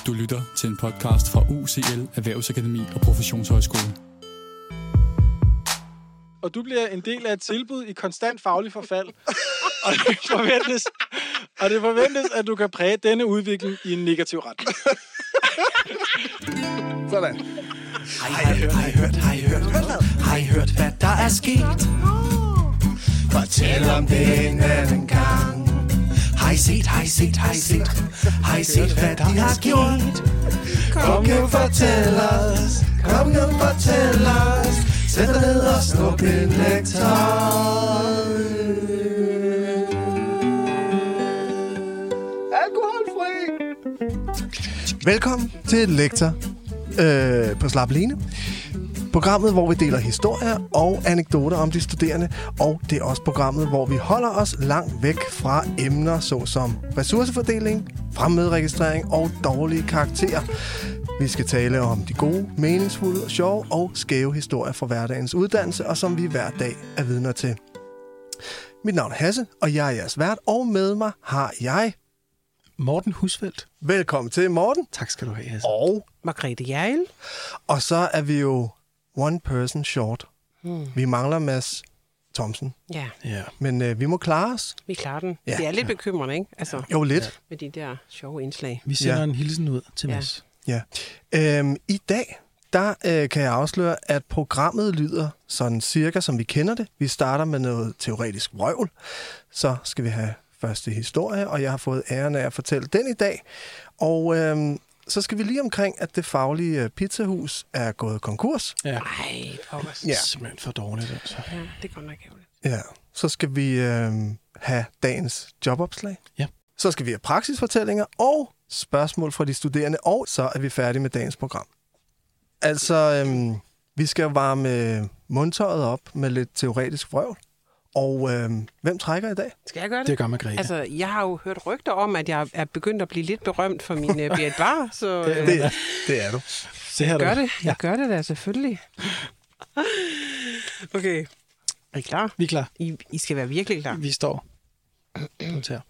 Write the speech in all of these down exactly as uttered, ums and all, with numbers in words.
Du lytter til en podcast fra U C L, Erhvervsakademi og Professionshøjskole. Og du bliver en del af et tilbud i konstant faglig forfald. Og det forventes, og det forventes, at du kan præge denne udvikling i en negativ retning. Sådan. Har I hørt, har I hørt, har I hørt, har I hørt, hvad der er sket? Fortæl om det en anden gang. Har I set, har I set, har I set, har I set, hvad de har gjort? Kom nu, fortæl os, kom nu, fortæl os. Sæt dig ned og snup en lektor. Alkoholfri. Velkommen til Lektor øh, på Slap Line. Programmet, hvor vi deler historier og anekdoter om de studerende. Og det er også programmet, hvor vi holder os langt væk fra emner såsom ressourcefordeling, fremmøderegistrering og dårlige karakterer. Vi skal tale om de gode, meningsfulde, sjove og skæve historier fra hverdagens uddannelse, og som vi hver dag er vidner til. Mit navn er Hasse, og jeg er jeres vært, og med mig har jeg Morten Husfeldt. Velkommen til, Morten. Tak skal du have, Hasse. Og Margrethe Jejl. Og så er vi jo one person short. Hmm. Vi mangler Mads Thomsen. Ja, Ja. Men øh, vi må klare os. vi klarer den. Ja. Det er lidt bekymrende, ikke? Altså, Jo, lidt. med de der sjove indslag. Vi sender Ja. en hilsen ud til Ja. Mads. Ja. Øhm, I dag, der øh, kan jeg afsløre, at programmet lyder sådan cirka, som vi kender det. Vi starter med noget teoretisk vrøvl. Så skal vi have første historie, og jeg har fået æren af at fortælle den i dag. Og øhm, så skal vi lige omkring, at det faglige pizzahus er gået konkurs. Ja. Ej, pokkers. Ja. Simpelthen for dårligt, altså. Ja, det er godt nok ærgerligt. Ja, så skal vi øh, have dagens jobopslag. Ja. Så skal vi have praksisfortællinger og spørgsmål fra de studerende, og så er vi færdige med dagens program. Altså, øh, vi skal varme mundtøjet op med lidt teoretisk vrøvl. Og øh, hvem trækker i dag? Skal jeg gøre det? Det gør Margrethe. Altså, jeg har jo hørt rygter om, at jeg er begyndt at blive lidt berømt for min uh, Berit Bar, så uh, Det er, det er du. Se her, jeg gør du. det. Jeg gør det da, selvfølgelig. Okay. Er I klar? Vi er klar. I, I skal være virkelig klar. Vi står. Kom til her.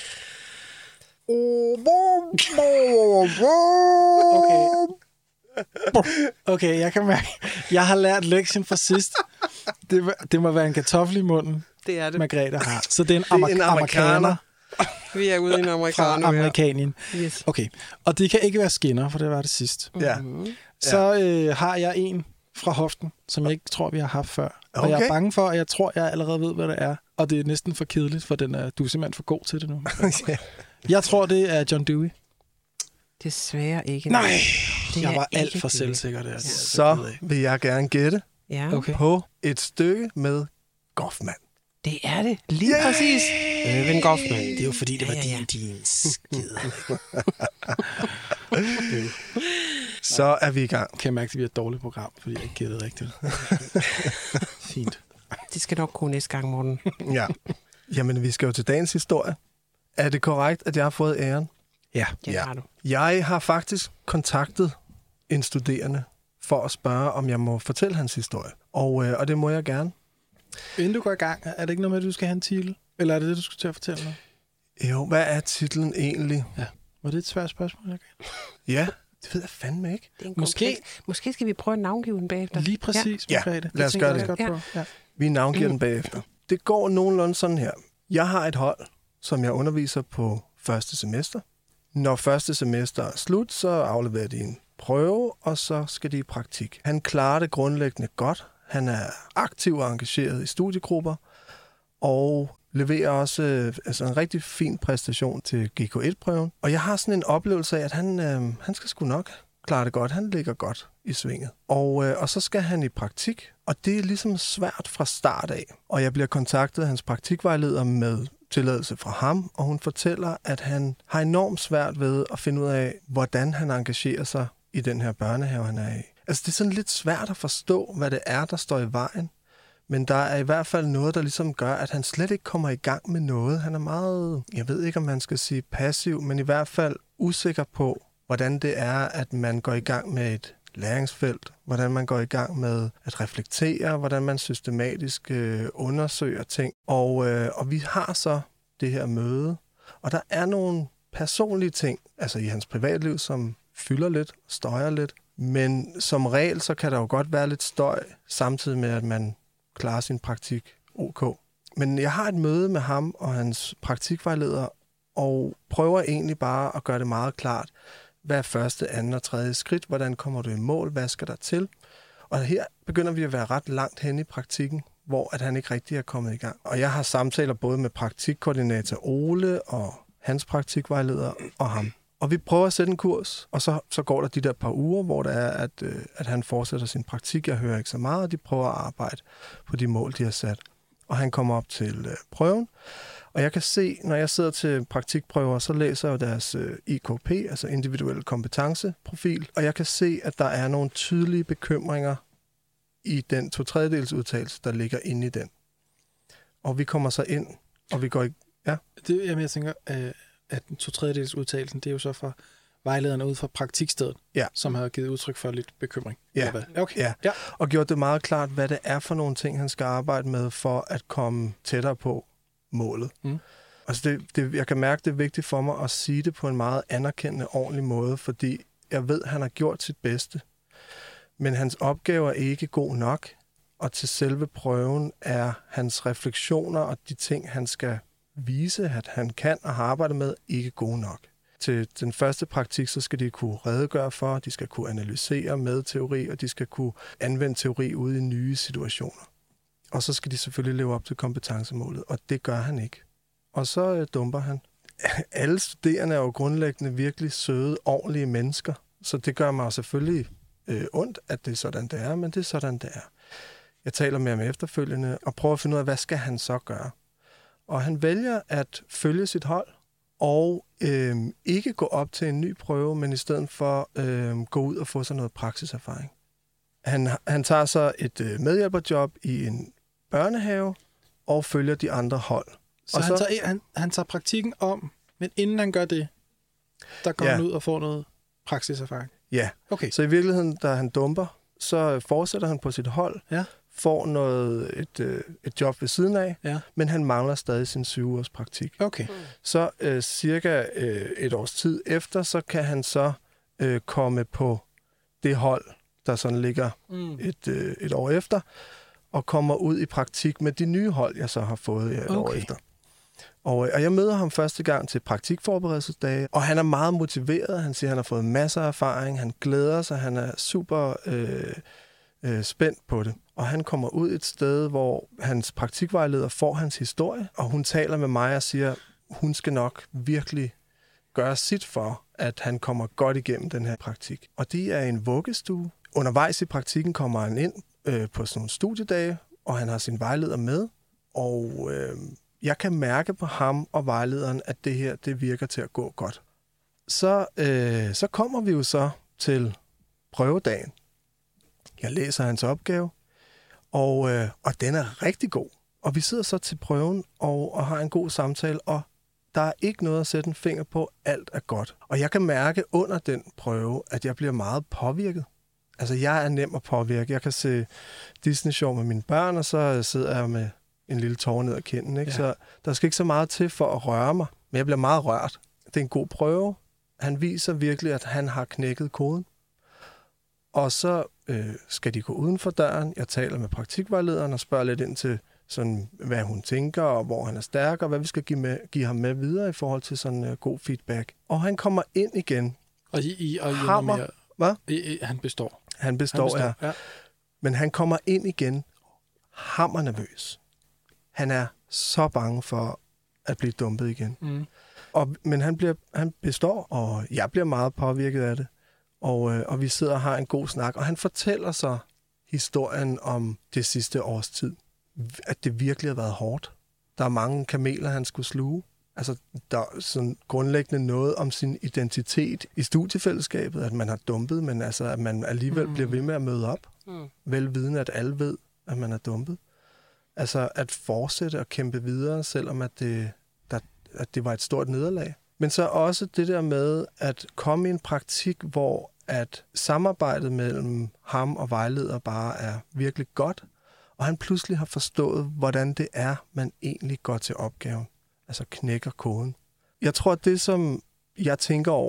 Okay. Okay, jeg kan mærke, jeg har lært lektien fra sidst. Det, det må være en kartoffel i munden, Det er det. Margrethe har. Så det er en, Det er amer- en amerikaner. amerikaner Vi er ude i en fra amerikaner. Amerikanien. Yes. Okay, og det kan ikke være skinner, for det var det sidst. Ja. Så øh, har jeg en fra hoften, som jeg ikke tror, vi har haft før. Og jeg Okay. er bange for, at jeg tror, jeg allerede ved, hvad det er. Og det er næsten for kedeligt, for den er, du er simpelthen for god til det nu. Ja. Jeg tror, det er John Dewey. Desværre ikke. Nej, Det jeg er var alt ikke for det. selvsikker der. Så vil jeg gerne gætte Ja, Okay. på et stykke med Goffman. det er det. Lige præcis. Øven Goffman. Det er jo fordi, det var Ja, ja, ja. din, din skid. Så er vi i gang. Kan jeg mærke, at det bliver et dårligt program, fordi jeg ikke gættede rigtigt. Fint. Det skal nok gå næste gang, Morten. Ja. Jamen, vi skal jo til dagens historie. Er det korrekt, at jeg har fået æren? Ja. Ja, Ja. det har du. Jeg har faktisk kontaktet en studerende for at spørge, om jeg må fortælle hans historie. Og, øh, og det må jeg gerne. Inden du går i gang, er det ikke noget med, at du skal have en titel? Eller er det det, du skulle til at fortælle mig? Jo, hvad er titlen egentlig? Var det et svært spørgsmål? Okay. Ja, det ved jeg fandme ikke. Det er en Måske- kompleks- Måske skal vi prøve at navngive den bagefter. Lige præcis, Ja. Margrethe. Ja, lad os tænker gøre jeg det. også godt på. Ja. Vi navngiver den bagefter. Det går nogenlunde sådan her. Jeg har et hold, som jeg underviser på første semester. Når første semester er slut, så afleverer de en prøve, og så skal de i praktik. Han klarer det grundlæggende godt. Han er aktiv og engageret i studiegrupper, og leverer også øh, altså en rigtig fin præstation til G K et-prøven. Og jeg har sådan en oplevelse af, at han, øh, han skal sgu nok klare det godt. Han ligger godt i svinget. Og, øh, og så skal han i praktik, og det er ligesom svært fra start af. Og jeg bliver kontaktet af hans praktikvejleder med tilladelse fra ham, og hun fortæller, at han har enormt svært ved at finde ud af, hvordan han engagerer sig i den her børnehave, han er i. Altså, det er sådan lidt svært at forstå, hvad det er, der står i vejen. Men der er i hvert fald noget, der ligesom gør, at han slet ikke kommer i gang med noget. Han er meget, jeg ved ikke, om man skal sige passiv, men i hvert fald usikker på, hvordan det er, at man går i gang med et læringsfelt, hvordan man går i gang med at reflektere, hvordan man systematisk øh, undersøger ting. Og, øh, og vi har så det her møde, og der er nogle personlige ting, altså i hans privatliv, som fylder lidt, støjer lidt. Men som regel, så kan der jo godt være lidt støj, samtidig med, at man klarer sin praktik ok. Men jeg har et møde med ham og hans praktikvejleder, og prøver egentlig bare at gøre det meget klart, hvad er første, anden og tredje skridt, hvordan kommer du i mål, hvad skal der til? Og her begynder vi at være ret langt hen i praktikken, hvor at han ikke rigtig er kommet i gang. Og jeg har samtaler både med praktikkoordinator Ole og hans praktikvejleder og ham. Og vi prøver at sætte en kurs, og så, så går der de der par uger, hvor der er, at, øh, at han fortsætter sin praktik. Jeg hører ikke så meget, og de prøver at arbejde på de mål, de har sat. Og han kommer op til øh, prøven. Og jeg kan se, når jeg sidder til praktikprøver, så læser jeg deres øh, I K P, altså individuelle kompetenceprofil. Og jeg kan se, at der er nogle tydelige bekymringer i den to tredjedels udtalelse, der ligger inde i den. Og vi kommer så ind, og vi går i... Ja? Det, jamen, jeg tænker, øh, at den to tredjedels udtalelsen, det er jo så fra vejlederne ud fra praktikstedet, ja. Som har givet udtryk for lidt bekymring. Ja. Okay. Ja. ja, og gjort det meget klart, hvad det er for nogle ting, han skal arbejde med, for at komme tættere på målet. Mm. Altså det, det, jeg kan mærke, det er vigtigt for mig at sige det på en meget anerkendende, ordentlig måde, fordi jeg ved, at han har gjort sit bedste. Men hans opgave er ikke god nok, og til selve prøven er hans refleksioner og de ting, han skal vise, at han kan og har arbejdet med, ikke gode nok. Til den første praktik, så skal de kunne redegøre for, de skal kunne analysere med teori, og de skal kunne anvende teori ude i nye situationer. Og så skal de selvfølgelig leve op til kompetencemålet, og det gør han ikke. Og så øh, dumper han. Alle studerende er jo grundlæggende virkelig søde, ordentlige mennesker, så det gør mig selvfølgelig øh, ondt, at det er sådan, det er, men det er sådan, det er. Jeg taler med ham efterfølgende og prøver at finde ud af, hvad skal han så gøre? Og han vælger at følge sit hold og øh, ikke gå op til en ny prøve, men i stedet for øh, gå ud og få sig noget praksiserfaring. Han, han tager så et øh, medhjælperjob i en børnehave og følger de andre hold. Så, og han, så tager, han, han tager praktikken om, men inden han gør det, der går ja. han ud og får noget praksiserfaring? Ja, okay. Så i virkeligheden, da han dumper, så fortsætter han på sit hold, ja. får noget, et, øh, et job ved siden af, ja. men han mangler stadig sin syv ugers praktik. Okay. Så øh, cirka øh, et års tid efter, så kan han så øh, komme på det hold, der sådan ligger mm. et, øh, et år efter, og kommer ud i praktik med de nye hold, jeg så har fået et okay. år efter. Og, og jeg møder ham første gang til praktikforberedelsesdage, og han er meget motiveret. Han siger, at han har fået masser af erfaring, han glæder sig, han er super øh, øh, spændt på det. Og han kommer ud et sted, hvor hans praktikvejleder får hans historie, og hun taler med mig og siger, hun skal nok virkelig gøre sit for, at han kommer godt igennem den her praktik. Og det er en vuggestue. Undervejs i praktikken kommer han ind øh, på sådan nogle studiedage, og han har sin vejleder med, og øh, jeg kan mærke på ham og vejlederen, at det her, det virker til at gå godt. Så, øh, så kommer vi jo så til prøvedagen. Jeg læser hans opgave, og, øh, og den er rigtig god. Og vi sidder så til prøven og, og har en god samtale, og der er ikke noget at sætte en finger på. Alt er godt. Og jeg kan mærke under den prøve, at jeg bliver meget påvirket. Altså, jeg er nem at påvirke. Jeg kan se Disney-show med mine børn, og så sidder jeg med en lille tårer ned ad kinden. Ikke? Ja. Så der skal ikke så meget til for at røre mig, men jeg bliver meget rørt. Det er en god prøve. Han viser virkelig, at han har knækket koden. Og så øh, skal de gå uden for døren. Jeg taler med praktikvejlederen og spørger lidt ind til, sådan, hvad hun tænker, og hvor han er stærk, og hvad vi skal give, med, give ham med videre i forhold til sådan uh, god feedback. Og han kommer ind igen. Og I, I og Hammer. Mere, hvad? I, I, han består. Han består, han består ja. ja. Men han kommer ind igen hammernervøs. Han er så bange for at blive dumpet igen. Mm. Og, men han, bliver, han består, og jeg bliver meget påvirket af det. Og, øh, og vi sidder og har en god snak, og han fortæller så historien om det sidste års tid. At det virkelig har været hårdt. Der er mange kameler, han skulle sluge. Altså, der er sådan grundlæggende noget om sin identitet i studiefællesskabet, at man har dumpet, men altså, at man alligevel mm. bliver ved med at møde op. Mm. Velvidende, at alle ved, at man er dumpet. Altså, at fortsætte og kæmpe videre, selvom at det, der, at det var et stort nederlag. Men så også det der med at komme i en praktik, hvor at samarbejdet mellem ham og vejleder bare er virkelig godt, og han pludselig har forstået, hvordan det er, man egentlig går til opgaven. Altså knækker koden. Jeg tror, at det, som jeg tænker over,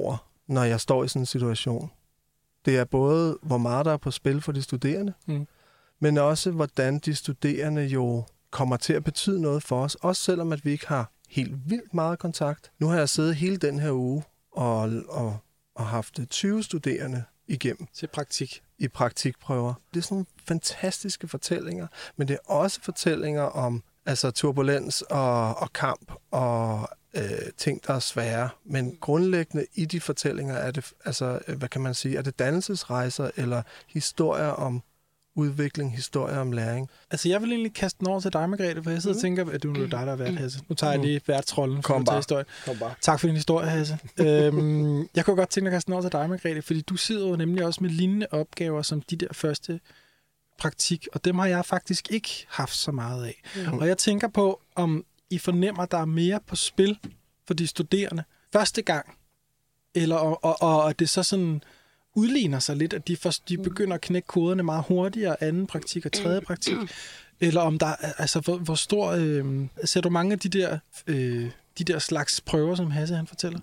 når jeg står i sådan en situation. Det er både, hvor meget der er på spil for de studerende, mm. men også, hvordan de studerende jo kommer til at betyde noget for os, også selvom at vi ikke har helt vildt meget kontakt. Nu har jeg siddet hele den her uge og, og, og haft tyve studerende igennem. Til praktik. I praktikprøver. Det er sådan nogle fantastiske fortællinger, men det er også fortællinger om altså turbulens og, og kamp og øh, ting, der er svære. Men grundlæggende i de fortællinger er det, altså, hvad kan man sige, er det dannelsesrejser eller historier om udvikling, historier om læring. Altså, jeg vil egentlig kaste den over til dig, Margrethe, for jeg sidder mm. og tænker, at du nu er dig, der er vært, Hasse. Nu tager jeg lige værtsrollen for at tage historie. Kom bare. Tak for din historie, Hasse. øhm, jeg kunne godt tænke mig at kaste den over til dig, Margrethe, fordi du sidder jo nemlig også med lignende opgaver som de der første praktik, og dem har jeg faktisk ikke haft så meget af. Mm. Og jeg tænker på, om I fornemmer, der er mere på spil for de studerende første gang, eller og, og, og at det så sådan udligner sig lidt, at de, først, de begynder at knække koderne meget hurtigere, anden praktik og tredje praktik, eller om der, altså hvor, hvor stor, øh, ser du mange af de der, øh, de der slags prøver, som Hasse han fortæller?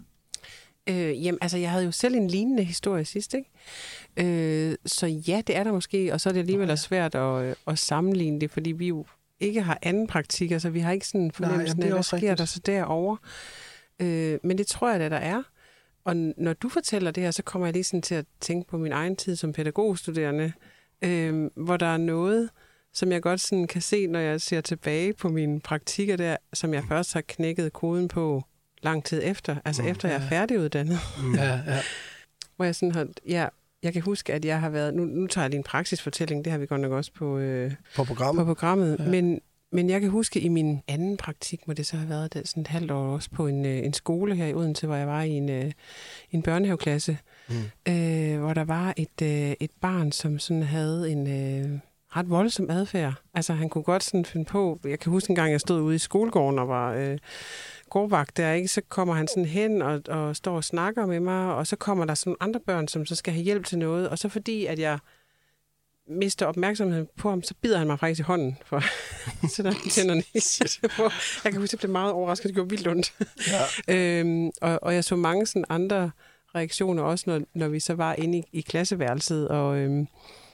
Øh, jamen, altså, jeg havde jo selv en lignende historie sidst, ikke? Øh, så ja, det er der måske, og så er det alligevel okay. svært at, at sammenligne det, fordi vi jo ikke har anden praktik, altså vi har ikke sådan fornemmelsen af, hvad sker rigtigt. Der så derovre. Øh, men det tror jeg, at der er. Og når du fortæller det her, så kommer jeg lige sådan til at tænke på min egen tid som pædagogstuderende, øh, hvor der er noget, som jeg godt sådan kan se, når jeg ser tilbage på mine praktikker der, som jeg først har knækket koden på lang tid efter, altså mm, efter jeg er færdiguddannet. Mm. Ja, ja. Hvor jeg sådan har, ja, jeg kan huske, at jeg har været, nu, nu tager jeg lige en praksisfortælling, det har vi godt nok også på, øh, på programmet, på programmet. Ja. men, men jeg kan huske, i min anden praktik, må det så have været det, sådan et halvt år også på en, øh, en skole her i Odense, hvor jeg var i en, øh, en børnehaveklasse, mm. øh, hvor der var et, øh, et barn, som sådan havde en øh, ret voldsom adfærd. Altså han kunne godt sådan finde på, jeg kan huske en gang, jeg stod ude i skolegården og var øh, gårdvagt der, ikke? Så kommer han sådan hen og, og står og snakker med mig, og så kommer der sådan andre børn, som så skal have hjælp til noget, og så fordi, at jeg mister opmærksomheden på ham, så bider han mig faktisk i hånden, for så der tænderne i på. Jeg kan huske, at det blev meget overrasket, det gjorde vildt ondt. Ja. øhm, og, og jeg så mange sådan andre reaktioner også, når, når vi så var inde i, i klasseværelset, og øhm,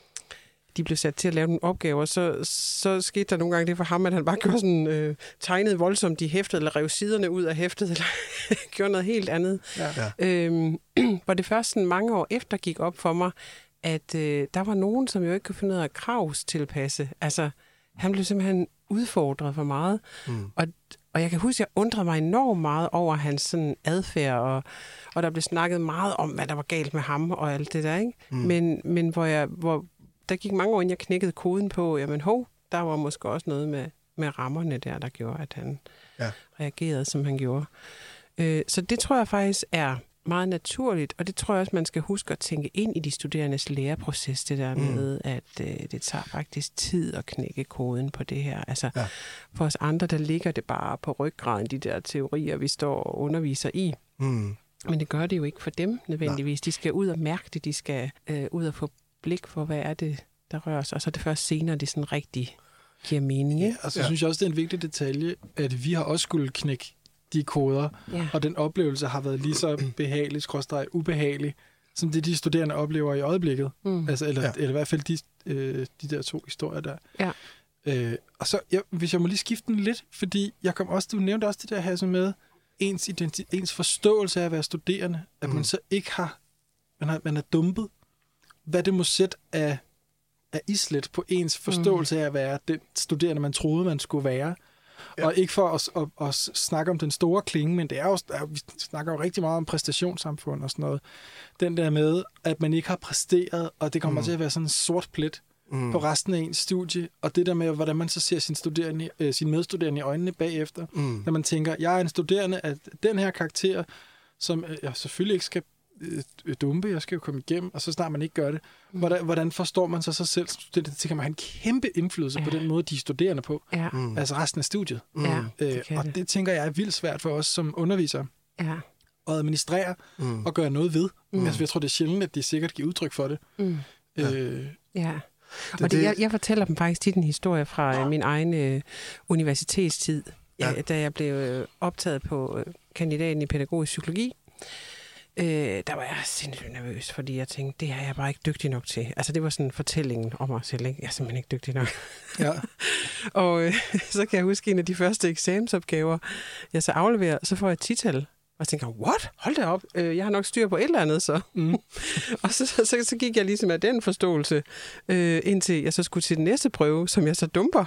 de blev sat til at lave nogle opgaver, så, så skete der nogle gange det for ham, at han bare gjorde sådan, øh, tegnede voldsomt de hæftet, eller rev siderne ud af hæftet, eller gjorde noget helt andet. Ja. Øhm, hvor det først sådan mange år efter gik op for mig, at øh, der var nogen, som jo ikke kunne finde ud af at kravstilpasse. Altså, han blev simpelthen udfordret for meget. Mm. Og, og jeg kan huske, at jeg undrede mig enormt meget over hans sådan adfærd, og, og der blev snakket meget om, hvad der var galt med ham, og alt det der, ikke? Mm. Men, men hvor jeg... Hvor, der gik mange år, inden jeg knækkede koden på, jamen hov, der var måske også noget med, med rammerne der, der gjorde, at han ja. reagerede, som han gjorde. Øh, så det tror jeg faktisk er meget naturligt, og det tror jeg også, man skal huske at tænke ind i de studerendes læreproces, det der mm. med, at øh, det tager faktisk tid at knække koden på det her. Altså, ja. For os andre, der ligger det bare på ryggraden, de der teorier, vi står og underviser i. Mm. Men det gør det jo ikke for dem nødvendigvis. Nej. De skal ud og mærke det, de skal øh, ud og få blik for, hvad er det, der rører sig, og så er det først senere, det sådan rigtig giver mening. Ja, og så ja. synes jeg også, det er en vigtig detalje, at vi har også skulle knække de koder, ja. og den oplevelse har været lige så behagelig, skråstreg ubehagelig, som det de studerende oplever i øjeblikket. Mm. Altså, eller, ja. eller i hvert fald de, øh, de der to historier der. Ja. Øh, og så, ja, hvis jeg må lige skifte den lidt, fordi jeg kom også, du nævnte også det der her med ens, identi- ens forståelse af at være studerende, at mm. man så ikke har, man, har, man er dumpet, hvad det må sætte af, af islet på ens forståelse mm. af at være den studerende, man troede, man skulle være. Ja. Og ikke for at, at, at snakke om den store klinge, men det er jo, er, vi snakker jo rigtig meget om præstationssamfund og sådan noget. Den der med, at man ikke har præsteret, og det kommer mm. til at være sådan en sort plet mm. på resten af ens studie, og det der med, hvordan man så ser sin, studerende, øh, sin medstuderende i øjnene bagefter, mm. når man tænker, jeg er en studerende af den her karakter, som øh, jeg selvfølgelig ikke skal øh, dumpe, jeg skal jo komme igennem, og så snart man ikke gør det. Hvordan, hvordan forstår man så sig selv som student? Det kan man have en kæmpe indflydelse ja. på den måde, de er studerende på. Ja. Mm. Altså resten af studiet. Ja, øh, det og det. det tænker jeg er vildt svært for os som undervisere. Ja. At administrere mm. og gøre noget ved. Mm. Altså, jeg tror, det er sjældent, at de sikkert giver udtryk for det. Mm. Øh, ja. Og det, det, jeg, jeg fortæller dem faktisk tit en historie fra ja. min egen øh, universitetstid, ja. da jeg blev optaget på øh, kandidaten i pædagogisk psykologi. øh, der var jeg sindssygt nervøs, fordi jeg tænkte, det er jeg bare ikke dygtig nok til. Altså, det var sådan fortællingen om mig selv, ikke? Jeg er simpelthen ikke dygtig nok. Ja. Og øh, så kan jeg huske en af de første eksamensopgaver, jeg så afleverer, så får jeg tital. Og jeg tænker, what? Hold da op, øh, jeg har nok styr på et eller andet så. Mm. Og så, så, så gik jeg ligesom af den forståelse, øh, indtil jeg så skulle til den næste prøve, som jeg så dumper.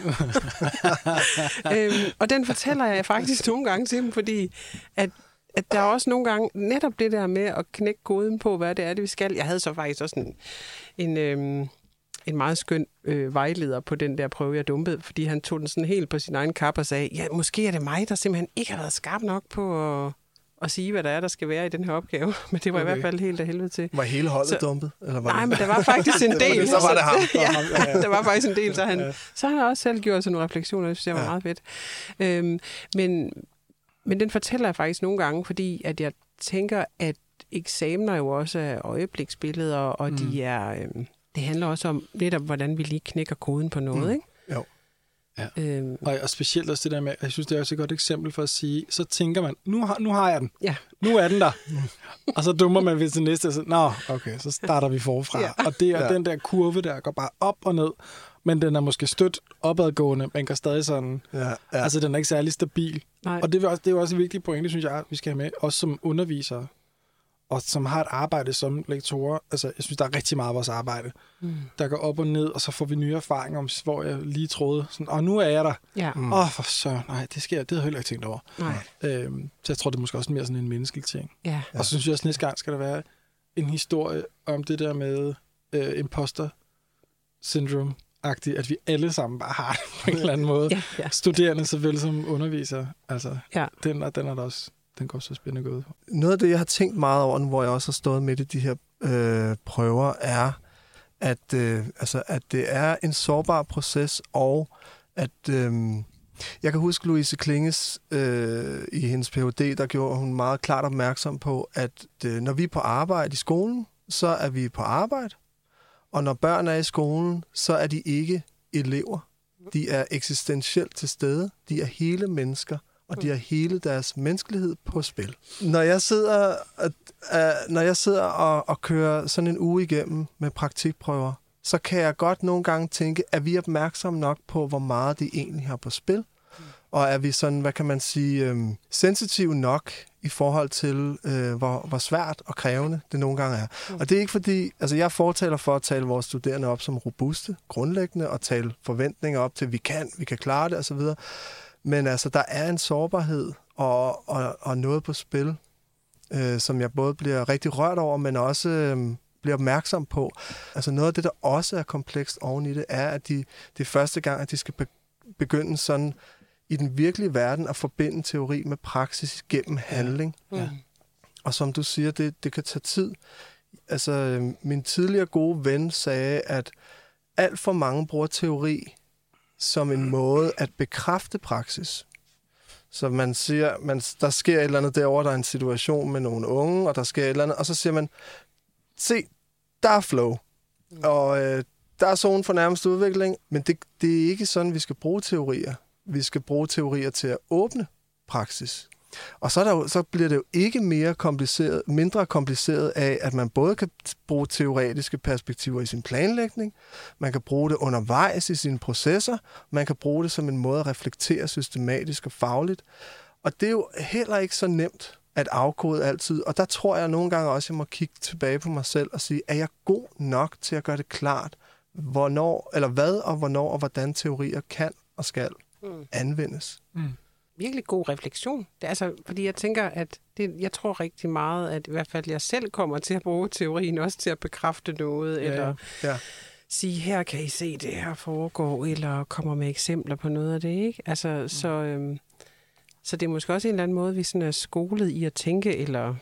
øhm, og den fortæller jeg faktisk nogle gange til dem, fordi at, at der er også nogle gange netop det der med at knække koden på, hvad det er, det vi skal. Jeg havde så faktisk også en... en øh, en meget skøn øh, vejleder på den der prøve, jeg dumpede, fordi han tog den sådan helt på sin egen kap og sagde, ja, måske er det mig, der simpelthen ikke har været skarp nok på at, at sige, hvad der er, der skal være i den her opgave. Men det var okay. I hvert fald helt af helvede til. Var hele holdet så, dumpet? Eller var nej, det? men der var faktisk en del. Så var det ham. ja, der var faktisk en del, så han, så han har også selv gjort sådan nogle refleksioner, det synes jeg var ja. meget fedt. Øhm, men, men den fortæller jeg faktisk nogle gange, fordi at jeg tænker, at eksamener jo også er øjebliksbilleder, og mm. de er... Øhm, det handler også om netop, hvordan vi lige knækker koden på noget, mm. ikke? Jo. Ja. Øhm. Og, og specielt også det der med, jeg synes, det er også et godt eksempel for at sige, så tænker man, nu har, nu har jeg den. Ja. Nu er den der. Og så dummer man ved til næste, og så, nå, okay, så starter vi forfra. Ja. Og det er ja. den der kurve, der går bare op og ned, men den er måske stødt opadgående, men går stadig sådan, ja. Ja. Altså den er ikke særlig stabil. Nej. Og det er, også, det er også en vigtig pointe, synes jeg, vi skal have med, også som undervisere, og som har et arbejde som lektorer. Altså, jeg synes, der er rigtig meget af vores arbejde, mm. der går op og ned, og så får vi nye erfaringer om, hvor jeg lige troede, sådan, åh, nu er jeg der. Ja. Åh, mm. oh, for så, nej, det sker, det havde jeg heller ikke tænkt over. Nej. Øhm, så jeg tror, det er måske også mere sådan en menneskelig ting. Ja. Og så synes jeg også, næste gang skal der være en historie om det der med øh, imposter syndrome-agtigt, at vi alle sammen bare har det på en eller anden måde. Ja, ja. Studerende såvel som undervisere. Altså, ja. den, den er der også... Den går så spændende ud. Noget af det, jeg har tænkt meget over, hvor jeg også har stået midt i de her øh, prøver, er, at, øh, altså, at det er en sårbar proces, og at øh, jeg kan huske Louise Klinges øh, i hendes P H D, der gjorde hun meget klart opmærksom på, at øh, når vi er på arbejde i skolen, så er vi på arbejde, og når børn er i skolen, så er de ikke elever. De er eksistentielt til stede. De er hele mennesker. Og de har hele deres menneskelighed på spil. Når jeg sidder, uh, når jeg sidder og, og kører sådan en uge igennem med praktikprøver, så kan jeg godt nogle gange tænke, at vi er opmærksomme nok på, hvor meget de egentlig har på spil. Mm. Og er vi sådan, hvad kan man sige, øhm, sensitive nok i forhold til, øh, hvor, hvor svært og krævende det nogle gange er. Mm. Og det er ikke fordi, altså jeg fortaler for at tale vores studerende op som robuste, grundlæggende, og tale forventninger op til, at vi kan, vi kan klare det osv., men altså, der er en sårbarhed og, og, og noget på spil, øh, som jeg både bliver rigtig rørt over, men også øh, bliver opmærksom på. Altså noget af det, der også er komplekst oven i det, er, at de, det er første gang, at de skal be- begynde sådan i den virkelige verden at forbinde teori med praksis gennem handling. Ja. Og som du siger, det, det kan tage tid. Altså, øh, min tidligere gode ven sagde, at alt for mange bruger teori som en måde at bekræfte praksis. Så man siger, man, der sker et eller andet derovre, der er en situation med nogle unge, og der sker et eller andet, og så siger man, se, der er flow, og øh, der er zone for nærmest udvikling, men det, det er ikke sådan, vi skal bruge teorier. Vi skal bruge teorier til at åbne praksis. Og så, er der jo, så bliver det jo ikke mere kompliceret, mindre kompliceret af, at man både kan bruge teoretiske perspektiver i sin planlægning, man kan bruge det undervejs i sine processer, man kan bruge det som en måde at reflektere systematisk og fagligt. Og det er jo heller ikke så nemt at afkode altid. Og der tror jeg nogle gange også, at jeg må kigge tilbage på mig selv og sige, er jeg god nok til at gøre det klart, hvornår, eller hvad og hvornår og hvordan teorier kan og skal mm. anvendes. Mm. Virkelig god refleksion. Det er altså, fordi jeg tænker, at det, jeg tror rigtig meget, at i hvert fald jeg selv kommer til at bruge teorien også til at bekræfte noget, ja, eller ja. sige, her kan I se det her foregår, eller kommer med eksempler på noget af det, ikke? Altså, mm. så, øhm, så det er måske også en eller anden måde, vi sådan er skolet i at tænke eller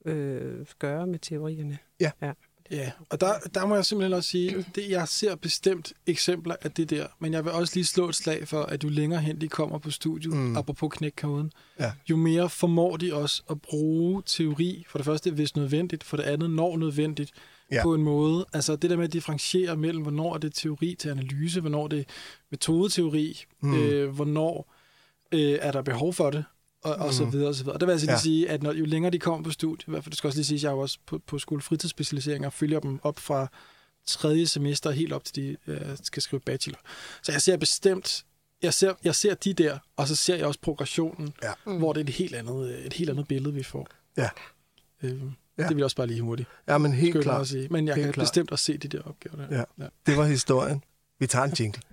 øh, gøre med teorierne. Ja. Ja. Ja, og der, der må jeg simpelthen også sige, at jeg ser bestemt eksempler af det der, men jeg vil også lige slå et slag for, at jo længere hen de kommer på studiet, mm. apropos knækkoden, ja. jo mere formår de også at bruge teori, for det første hvis nødvendigt, for det andet når nødvendigt, ja. på en måde. Altså det der med at differentiere mellem, hvornår er det teori til analyse, hvornår det er metodeteori, mm. øh, hvornår øh, er der behov for det, og, og så videre, og så videre. Og der vil jeg altså lige ja. sige, at når, jo længere de kommer på studiet, i hvert fald, det skal også lige sige, at jeg er jo også på, på skole fritidsspecialiseringer, og følger dem op fra tredje semester helt op til de øh, skal skrive bachelor. Så jeg ser bestemt, jeg ser, jeg ser de der, og så ser jeg også progressionen, ja. mm. hvor det er et helt andet, et helt andet billede, vi får. Ja. Øh, ja. Det vil jeg også bare lige hurtigt. Ja, men helt klart. Sige. Men jeg helt kan klar. bestemt også se de der opgaver der. Ja. Ja. Det var historien. Vi tager en jingle.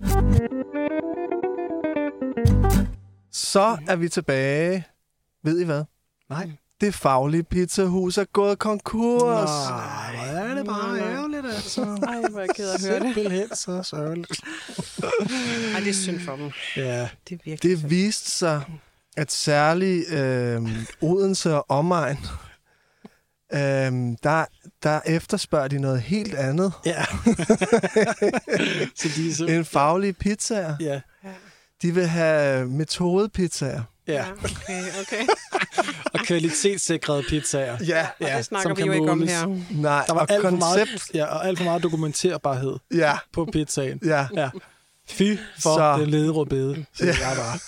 Så er vi tilbage. Ved I hvad? Nej. Det faglige pizzahus er gået konkurs. Nej, hvor er det bare ærgerligt, altså. Ej, hvor er jeg ked af at høre det. Simpelthen så sørgeligt. Ej, det er synd for dem. Ja. Det er virkelig Det viste sig, at særligt øh, Odense og omegn, øh, der, der efterspørger de noget helt andet. Ja. Så de er så... En faglige pizzaer. Ja. De vil have metodepizzaer. Ja. Okay, okay. Og kvalitetssikrede pizzaer. Ja. Og det snakker vi jo ikke om her. Nej, der var og alt for, koncept. meget, ja, og alt for meget dokumenterbarhed ja. på pizzaen. Ja. Ja. Fy for så... den lede rødbede, så ja. jeg bare.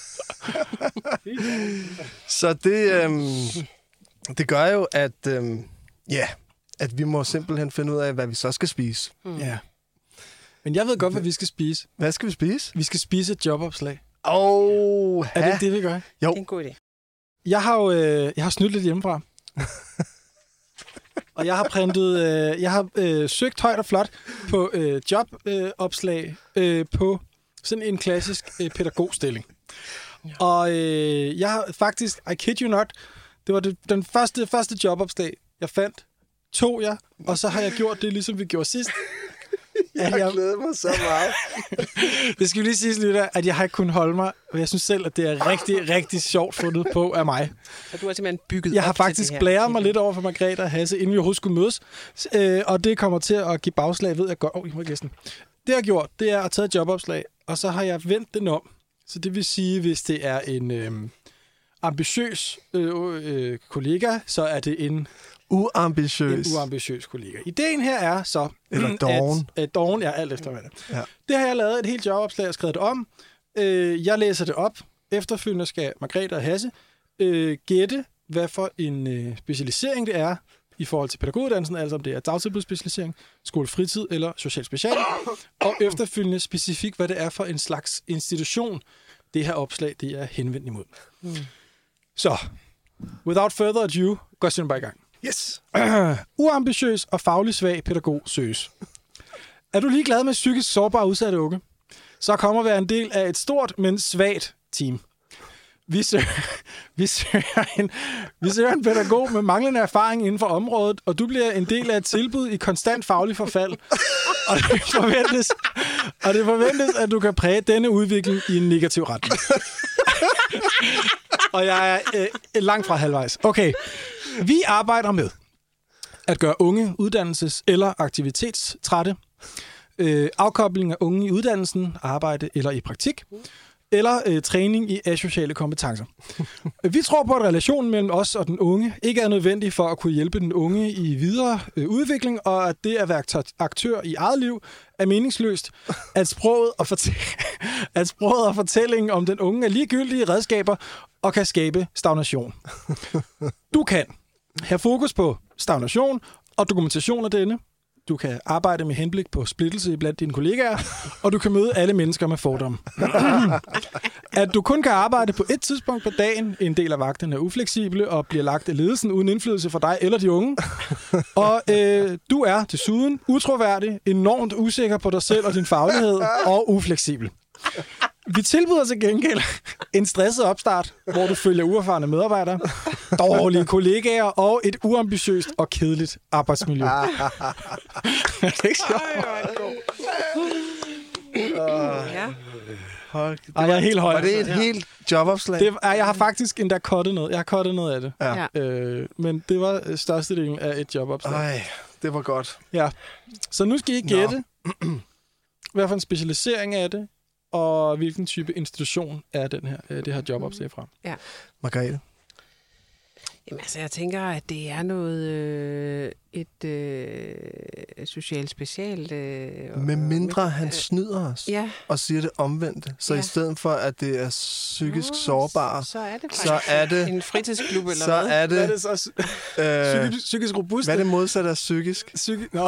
Så det, øhm, det gør jo, at, øhm, ja, at vi må simpelthen finde ud af, hvad vi så skal spise. Mm. Ja. Men jeg ved godt, hvad vi skal spise. Hvad skal vi spise? Vi skal spise et jobopslag. Åh, oh, er det ikke det, vi gør? Jo. Det er en god idé. Jeg har jo øh, jeg har snydt lidt hjemmefra. Og jeg har printet, øh, jeg har øh, søgt højt og flot på øh, jobopslag øh, på sådan en klassisk øh, pædagogstilling. Ja. Og øh, jeg har faktisk, I kid you not, det var det, den første, første jobopslag, jeg fandt, tog jeg, og så har jeg gjort det, ligesom vi gjorde sidst. Jeg, jeg glæder mig så meget. Det skal vi lige sige, Lytter, at jeg har ikke kunnet holde mig, og jeg synes selv, at det er rigtig, rigtig sjovt fundet på af mig. Og du har simpelthen bygget Jeg har op faktisk til det her. blæret mig lidt over for Margrethe og Hasse, inden vi overhovedet skulle mødes, øh, og det kommer til at give bagslag, ved jeg godt. Åh, oh, I må gæsten. Det jeg har gjort, det er at tage et jobopslag, og så har jeg vendt den om. Så det vil sige, hvis det er en øh, ambitiøs øh, øh, kollega, så er det en... Uambitiøs. En uambitiøs kollega. Ideen her er så... Eller doven. At, at doven, ja, alt efter hvad det ja. Det har jeg lavet et helt jobopslag og skrevet det om. Øh, jeg læser det op. Efterfølgende skal Margrethe og Hasse øh, gætte, hvad for en øh, specialisering det er i forhold til pædagoguddannelsen, altså om det er dagtilbudsspecialisering, skolefritid eller social special. Og efterfølgende specifikt, hvad det er for en slags institution, det her opslag det er henvendt imod. Mm. Så, without further ado, går jeg bare i gang. Yes. Uambitiøs og faglig svag pædagog søges. Er du lige glad med psykisk sårbare og udsatte unge? Så kommer være en del af et stort, men svagt team. Vi søger, vi, søger en, vi søger en pædagog med manglende erfaring inden for området, og du bliver en del af et tilbud i konstant faglig forfald. Og det forventes, og det forventes at du kan præge denne udvikling i en negativ retning. Og jeg er øh, langt fra halvvejs. Okay. Vi arbejder med at gøre unge uddannelses- eller aktivitetstrætte, øh, afkobling af unge i uddannelsen, arbejde eller i praktik, eller øh, træning i asociale kompetencer. Vi tror på, at relationen mellem os og den unge ikke er nødvendig for at kunne hjælpe den unge i videre øh, udvikling, og at det at være aktør i eget liv er meningsløst, at sproget og, fortæ- at sproget og fortællingen om den unge er ligegyldige redskaber og kan skabe stagnation. Du kan have fokus på stagnation og dokumentation af denne. Du kan arbejde med henblik på splittelse blandt dine kollegaer, og du kan møde alle mennesker med fordomme. At du kun kan arbejde på et tidspunkt på dagen, en del af vagten er ufleksible og bliver lagt af ledelsen uden indflydelse fra dig eller de unge. Og øh, du er desuden utroværdig, enormt usikker på dig selv og din faglighed og ufleksibel. Vi tilbyder til gengæld en stresset opstart, hvor du følger uerfarne medarbejdere, dårlige kollegaer og et uambitiøst og kedeligt arbejdsmiljø. Det er ikke sjovt. Ja. Hold, det Ej, jeg er helt høj. Var det et helt jobopslag? Det er, jeg har faktisk endda cuttet noget. Jeg har cuttet noget af det. Ja. Øh, men det var størstedelen af et jobopslag. Ej, det var godt. Ja. Så nu skal I gætte, hvad for en specialisering er det, og hvilken type institution er den her, det her jobopslag fra. Ja. Margrethe? Jamen altså, jeg tænker, at det er noget, øh, et øh, socialt specialt... Øh, Med mindre øh, han snyder os ja. og siger det omvendte. Så Ja. i stedet for, at det er psykisk Nå, sårbare, så er det faktisk så er det, en fritidsklub eller så hvad? er Hvad er det, det så? øh, Psykisk, psykisk robust? hvad er det modsatte af psykisk? Psyki- Nå.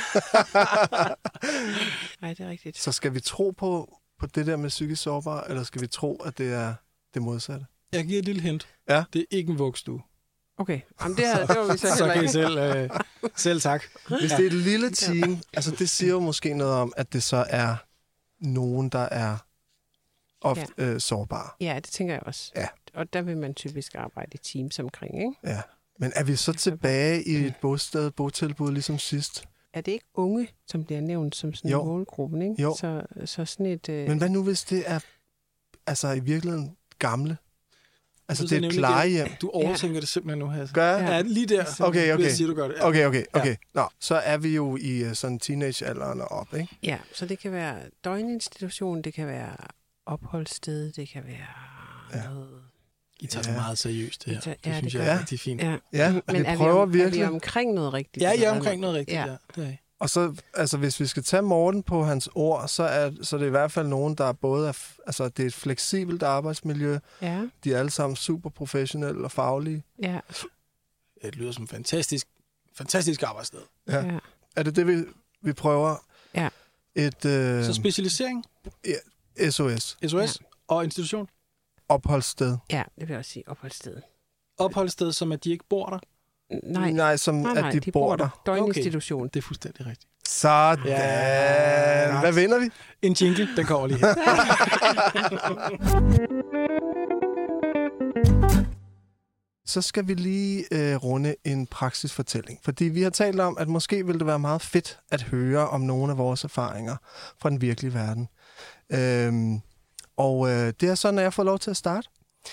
Nej, det er rigtigt. Så skal vi tro på, på det der med psykisk sårbare, eller skal vi tro, at det er det modsatte? Jeg giver et lille hint. Ja. Det er ikke en vugstue. Okay, jamen, det, er, det var vi så Så heller kan I ikke. selv, øh, selv tak. Hvis det er et lille team, altså det siger jo måske noget om, at det så er nogen, der er ofte ja. øh, sårbare. Ja, det tænker jeg også. Ja. Og der vil man typisk arbejde i teams omkring, ikke? Ja. Men er vi så tilbage i et bosted, botilbud ligesom sidst? Er det ikke unge, som bliver nævnt som sådan Jo. en målgruppe, ikke? Jo. Så, så sådan et... Øh... Men hvad nu, hvis det er altså i virkeligheden gamle? Altså Jeg synes, det er et nemlig, plejehjem. Du overtænker ja. det simpelthen nu, Hasse. Gør jeg? Ja, lige der. Okay, vil okay. Jeg sige, du gør det. Ja. Okay, okay, okay. Nå, så er vi jo i uh, sådan teenagealderen og op, ikke? Ja, så det kan være døgninstitution, det kan være opholdssted, det kan være Ja. noget... I tager Ja. det meget seriøst, det her. I tager- Det ja, synes det jeg gør er jeg. rigtig fint. Ja, Ja, men vi er prøver vi, om, virkelig. er vi omkring noget rigtigt? Ja, I er eller omkring hvad? noget rigtigt, Ja. ja. Det er I. Og så, altså hvis vi skal tage Morten på hans ord, så er, så er det i hvert fald nogen, der både er, f- altså det er et fleksibelt arbejdsmiljø, Ja, de er alle sammen super professionelle og faglige. ja, Det lyder som en fantastisk, fantastisk arbejdssted. Ja. ja. Er det det, vi, vi prøver? Ja. Et øh, Så specialisering, S O S, S O S og institution. opholdssted. Ja, det vil jeg også sige opholdssted. Opholdssted, som at de ikke bor der. Nej, Nej, som nej, nej at de, de bor der. Døgninstitution. Det er fuldstændig rigtigt. Sådan. Ja. Hvad vinder vi? En jingle, den kommer lige her. Så skal vi lige øh, runde en praksisfortælling. Fordi vi har talt om, at måske ville det være meget fedt at høre om nogle af vores erfaringer fra den virkelige verden. Øhm, og øh, det er sådan, at jeg får lov til at starte.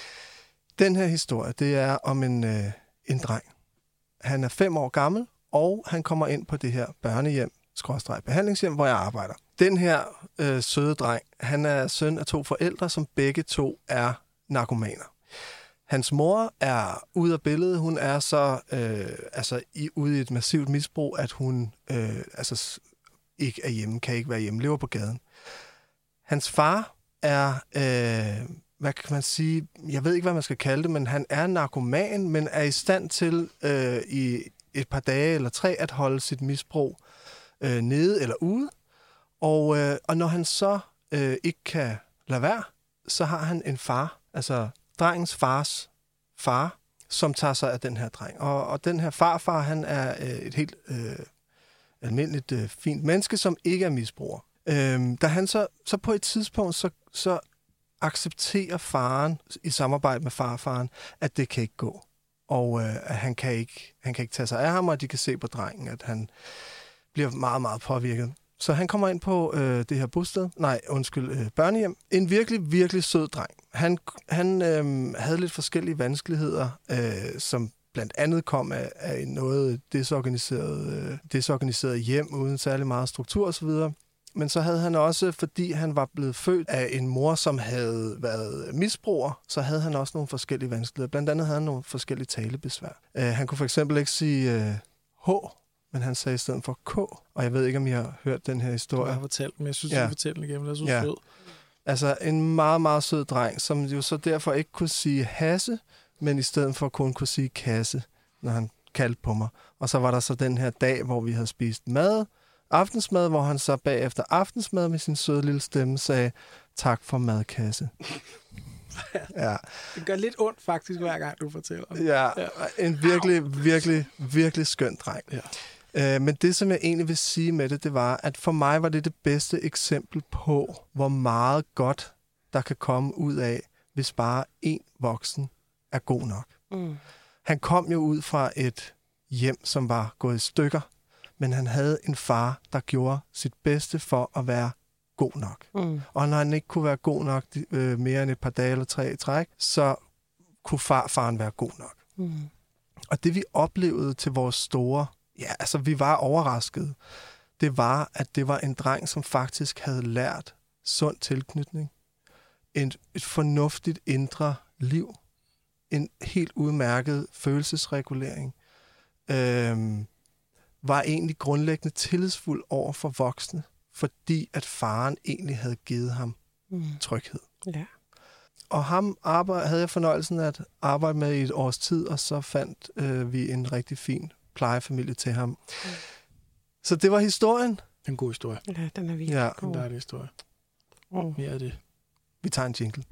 Den her historie, det er om en, øh, en dreng. Han er fem år gammel, og han kommer ind på det her børnehjem, skråstreg behandlingshjem, hvor jeg arbejder. Den her øh, søde dreng, han er søn af to forældre, som begge to er narkomaner. Hans mor er ude af billedet. Hun er så øh, altså, i, ude i et massivt misbrug, at hun øh, altså, ikke er hjemme, kan ikke være hjemme, lever på gaden. Hans far er, øh, hvad kan man sige, jeg ved ikke, hvad man skal kalde det, men han er narkoman, men er i stand til øh, i et par dage eller tre at holde sit misbrug øh, nede eller ude. Og, øh, og når han så øh, ikke kan lade være, så har han en far, altså drengens fars far, som tager sig af den her dreng. Og, og den her farfar, han er øh, et helt øh, almindeligt øh, fint menneske, som ikke er misbruger. Øhm, da han så, så på et tidspunkt, så, så accepterer faren i samarbejde med farfaren, at det kan ikke gå. Og øh, at han kan ikke, han kan ikke tage sig af ham, og de kan se på drengen, at han bliver meget, meget påvirket. Så han kommer ind på øh, det her bosted, nej, undskyld, øh, børnehjem. En virkelig, virkelig sød dreng. Han, han øh, havde lidt forskellige vanskeligheder, øh, som blandt andet kom af, af noget desorganiseret, øh, desorganiseret hjem, uden særlig meget struktur osv. Men så havde han også, fordi han var blevet født af en mor, som havde været misbruger, så havde han også nogle forskellige vanskeligheder. Blandt andet havde han nogle forskellige talebesvær. Øh, han kunne for eksempel ikke sige øh, H, men han sagde i stedet for K. Og jeg ved ikke, om I har hørt den her Du historie. har fortalt, men jeg synes, Ja. du fortæller den igennem. Jeg synes, Ja. ja. sød. Altså en meget, meget sød dreng, som jo så derfor ikke kunne sige Hasse, men i stedet for kun kunne sige Kasse, når han kaldte på mig. Og så var der så den her dag, hvor vi havde spist mad, aftensmad, hvor han så bagefter aftensmad med sin søde lille stemme sagde, tak for mad, Kasse. Ja. Det gør lidt ondt faktisk, hver gang du fortæller det. Ja, en virkelig, virkelig, virkelig skøn dreng. Ja. Øh, men det, som jeg egentlig vil sige med det, det var, at for mig var det det bedste eksempel på, hvor meget godt der kan komme ud af, hvis bare én voksen er god nok. Mm. Han kom jo ud fra et hjem, som var gået i stykker, men han havde en far, der gjorde sit bedste for at være god nok. Mm. Og når han ikke kunne være god nok øh, mere end et par dage eller tre i træk, så kunne farfaren være god nok. Mm. Og det vi oplevede til vores store, ja, altså vi var overraskede, det var, at det var en dreng, som faktisk havde lært sund tilknytning, et, et fornuftigt indre liv, en helt udmærket følelsesregulering. Øhm, var egentlig grundlæggende tillidsfuld over for voksne, fordi at faren egentlig havde givet ham mm. tryghed. Ja. Og ham arbejde, havde jeg fornøjelsen at arbejde med i et års tid, og så fandt øh, vi en rigtig fin plejefamilie til ham. Mm. Så det var historien. En god historie. Ja, den er virkelig ja. god. En dejlig historie. Mm. Mere af det. Vi tager en jingle.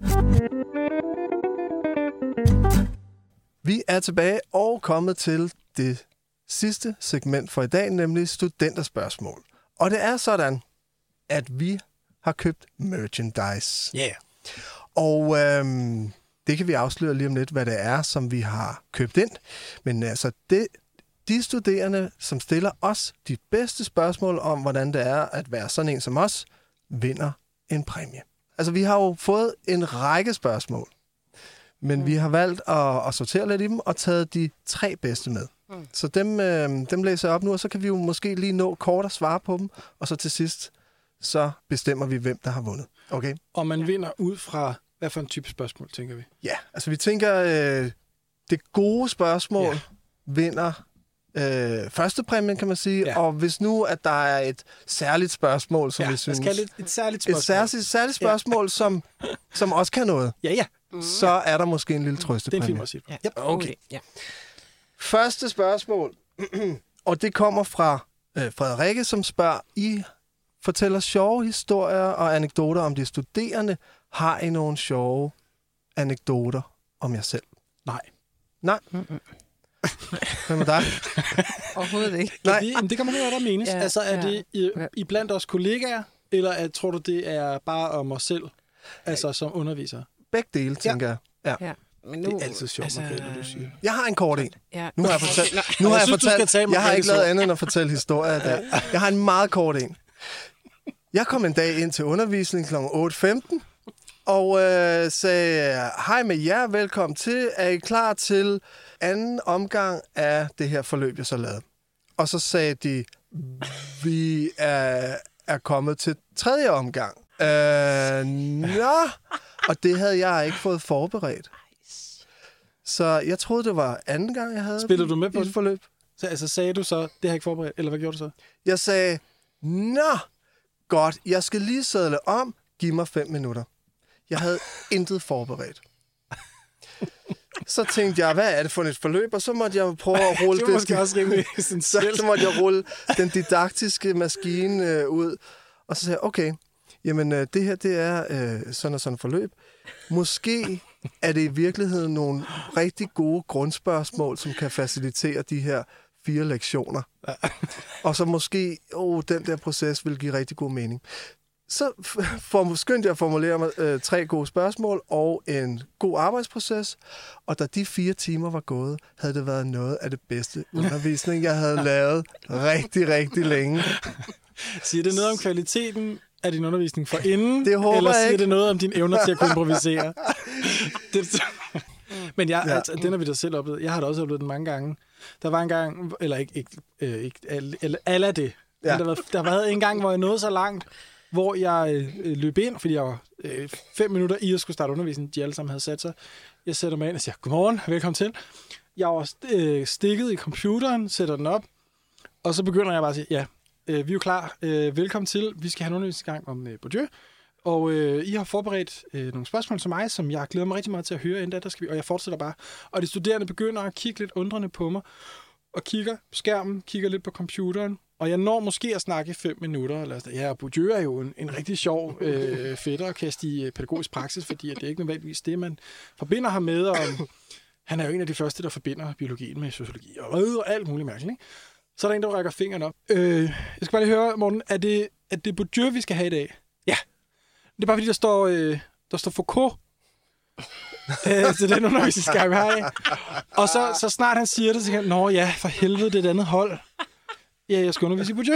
Vi er tilbage og kommet til det sidste segment for i dag, nemlig studenterspørgsmål. Og det er sådan, at vi har købt merchandise. Ja. Yeah. Og øhm, det kan vi afsløre lige om lidt, hvad det er, som vi har købt ind. Men altså, det, de studerende, som stiller os de bedste spørgsmål om, hvordan det er at være sådan en som os, vinder en præmie. Altså, vi har jo fået en række spørgsmål, men mm. vi har valgt at, at sortere lidt i dem og taget de tre bedste med. Mm. Så dem, øh, dem læser jeg op nu, og så kan vi jo måske lige nå kort at svare på dem, og så til sidst, så bestemmer vi, hvem der har vundet. Okay? Og man vinder ud fra, hvad for en type spørgsmål, tænker vi? Ja, altså vi tænker, øh, det gode spørgsmål ja. vinder øh, første præmien, kan man sige. Ja. Og hvis nu, at der er et særligt spørgsmål, som ja, vi synes... Ja, et, et særligt spørgsmål. Et særligt, særligt spørgsmål, ja. som, som også kan noget. Ja, ja. Mm. Så er der måske en lille trøstepræmie. Det er en fin måde at ja. Yep. Okay. Ja. Første spørgsmål, og det kommer fra øh, Frederikke, som spørger, I fortæller sjove historier og anekdoter om de studerende. Har I nogle sjove anekdoter om jer selv? Nej. Nej? Hvad med dig? Overhovedet ikke. Nej. Det, det kan man jo, hvad der menes. Ja, altså, er ja. det i, i blandt os kollegaer, eller er, tror du, det er bare om os selv, altså som undervisere? Begge dele, tænker jeg. Ja. ja. Men nu, det er altid sjovt, altså, Margrethe, når du siger. Jeg har en kort en. Ja. Nu har jeg fortalt. Nu har jeg, jeg, synes, fortalt, jeg har ikke lavet andet end at fortælle historier i dag. Jeg har en meget kort en. Jeg kom en dag ind til undervisning kl. otte femten og øh, sagde, hej med jer, velkommen til. Er I klar til anden omgang af det her forløb, jeg så lavede? Og så sagde de, vi er, er kommet til tredje omgang. Øh, nå, og det havde jeg ikke fået forberedt. Så jeg troede, det var anden gang, jeg havde Spillede du med på et forløb. Så, altså sagde du så, det har jeg ikke forberedt, eller hvad gjorde du så? Jeg sagde, nå, godt, jeg skal lige sadle om, giv mig fem minutter. Jeg havde intet forberedt. Så tænkte jeg, hvad er det for et forløb? Og så måtte jeg prøve at rulle det. Det måske også rimelig så, så måtte jeg rulle den didaktiske maskine øh, ud. Og så sagde jeg, okay, jamen øh, det her, det er øh, sådan og sådan et forløb. Måske er det i virkeligheden nogle rigtig gode grundspørgsmål, som kan facilitere de her fire lektioner. Og så måske, åh, den der proces vil give rigtig god mening. Så for, skyndte jeg at formulere mig øh, tre gode spørgsmål og en god arbejdsproces. Og da de fire timer var gået, havde det været noget af det bedste undervisning, jeg havde lavet rigtig, rigtig længe. Siger det noget om kvaliteten af din undervisning for inden? Det håber eller jeg siger ikke. det noget om dine evner til at kunne improvisere? det, men jeg, ja. altså, den har vi da selv oplevet. Jeg har da også oplevet den mange gange. Der var en gang, eller ikke, ikke, øh, ikke alle, alle af det. Ja. Der, var, der var en gang, hvor jeg nåede så langt, hvor jeg øh, løb ind, fordi jeg var øh, fem minutter i at skulle starte undervisningen. De alle sammen havde sat sig. Jeg sætter mig ind og siger, godmorgen, velkommen til. Jeg var øh, stikket i computeren, sætter den op, og så begynder jeg bare at sige, ja, øh, vi er jo klar. Øh, velkommen til. Vi skal have en undervisningsgang om øh, Bourdieu. Og øh, I har forberedt øh, nogle spørgsmål til mig, som jeg glæder mig rigtig meget til at høre, inden da, der skal vi, og jeg fortsætter bare. Og de studerende begynder at kigge lidt undrende på mig, og kigger på skærmen, kigger lidt på computeren, og jeg når måske at snakke i fem minutter. Eller, ja, Bourdieu er jo en, en rigtig sjov øh, fætter at kaste i øh, pædagogisk praksis, fordi at det er ikke nødvendigvis det, man forbinder ham med. Og han er jo en af de første, der forbinder biologien med sociologi og, og alt muligt mærkeligt. Ikke? Så er der en, der rækker fingeren op. Øh, jeg skal bare lige høre, Morten, er det, er det Bourdieu, vi skal have i dag? Ja. Det er bare fordi, der står, øh, der står Foucault øh, til den undervisningsgang, vi har i. Og så, så snart han siger det, så kan han, nå ja, for helvede, det er et andet hold. Ja, jeg skal undervise i Bourdieu.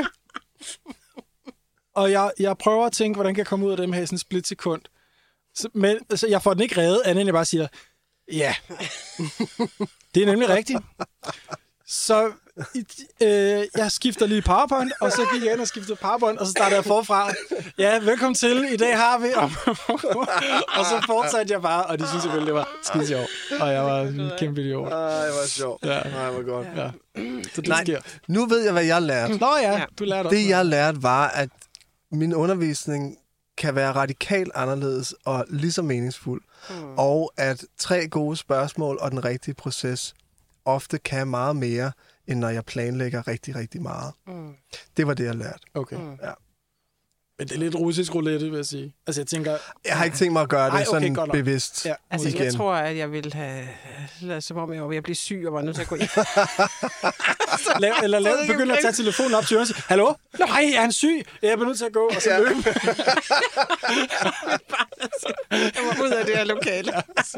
Og jeg, jeg prøver at tænke, hvordan kan jeg komme ud af dem her i sådan et splitsekund. Så, men altså, jeg får den ikke reddet, andet end jeg bare siger, ja, det er nemlig rigtigt. Så øh, jeg skifter lige PowerPoint, og så gik jeg ind og skiftede PowerPoint, og så startede jeg forfra. Ja, velkommen til. I dag har vi... og så fortsatte jeg bare, og de synes selvfølgelig, det var skide sjovt. Og jeg var en kæmpe idiot. Ej, hvor sjovt. Ja. Ej, hvor godt. Ja. Så det Nej, sker. nu ved jeg, hvad jeg lærte. Nå ja, du lærte også. Det, jeg lærte, var, at min undervisning kan være radikalt anderledes og lige så meningsfuld. Mm. Og at tre gode spørgsmål og den rigtige proces ofte kan meget mere, end når jeg planlægger rigtig, rigtig meget. Mm. Det var det, jeg lærte. Okay. Mm. Ja. Men det er lidt russisk roulette, vil jeg sige. Altså, jeg tænker... Jeg har ikke tænkt mig at gøre det Ej, okay, sådan bevidst. Ja. Altså, igen. jeg tror, at jeg ville have... Lad som om jeg var ved at blive syg, og var nødt til at gå ind. lav, eller lav, begynder at tage telefonen op til Jørgen og sige, hallo? Nej, er han syg? Jeg er nødt til at gå, og så Ja. løbe. Jeg var ud af det her lokale.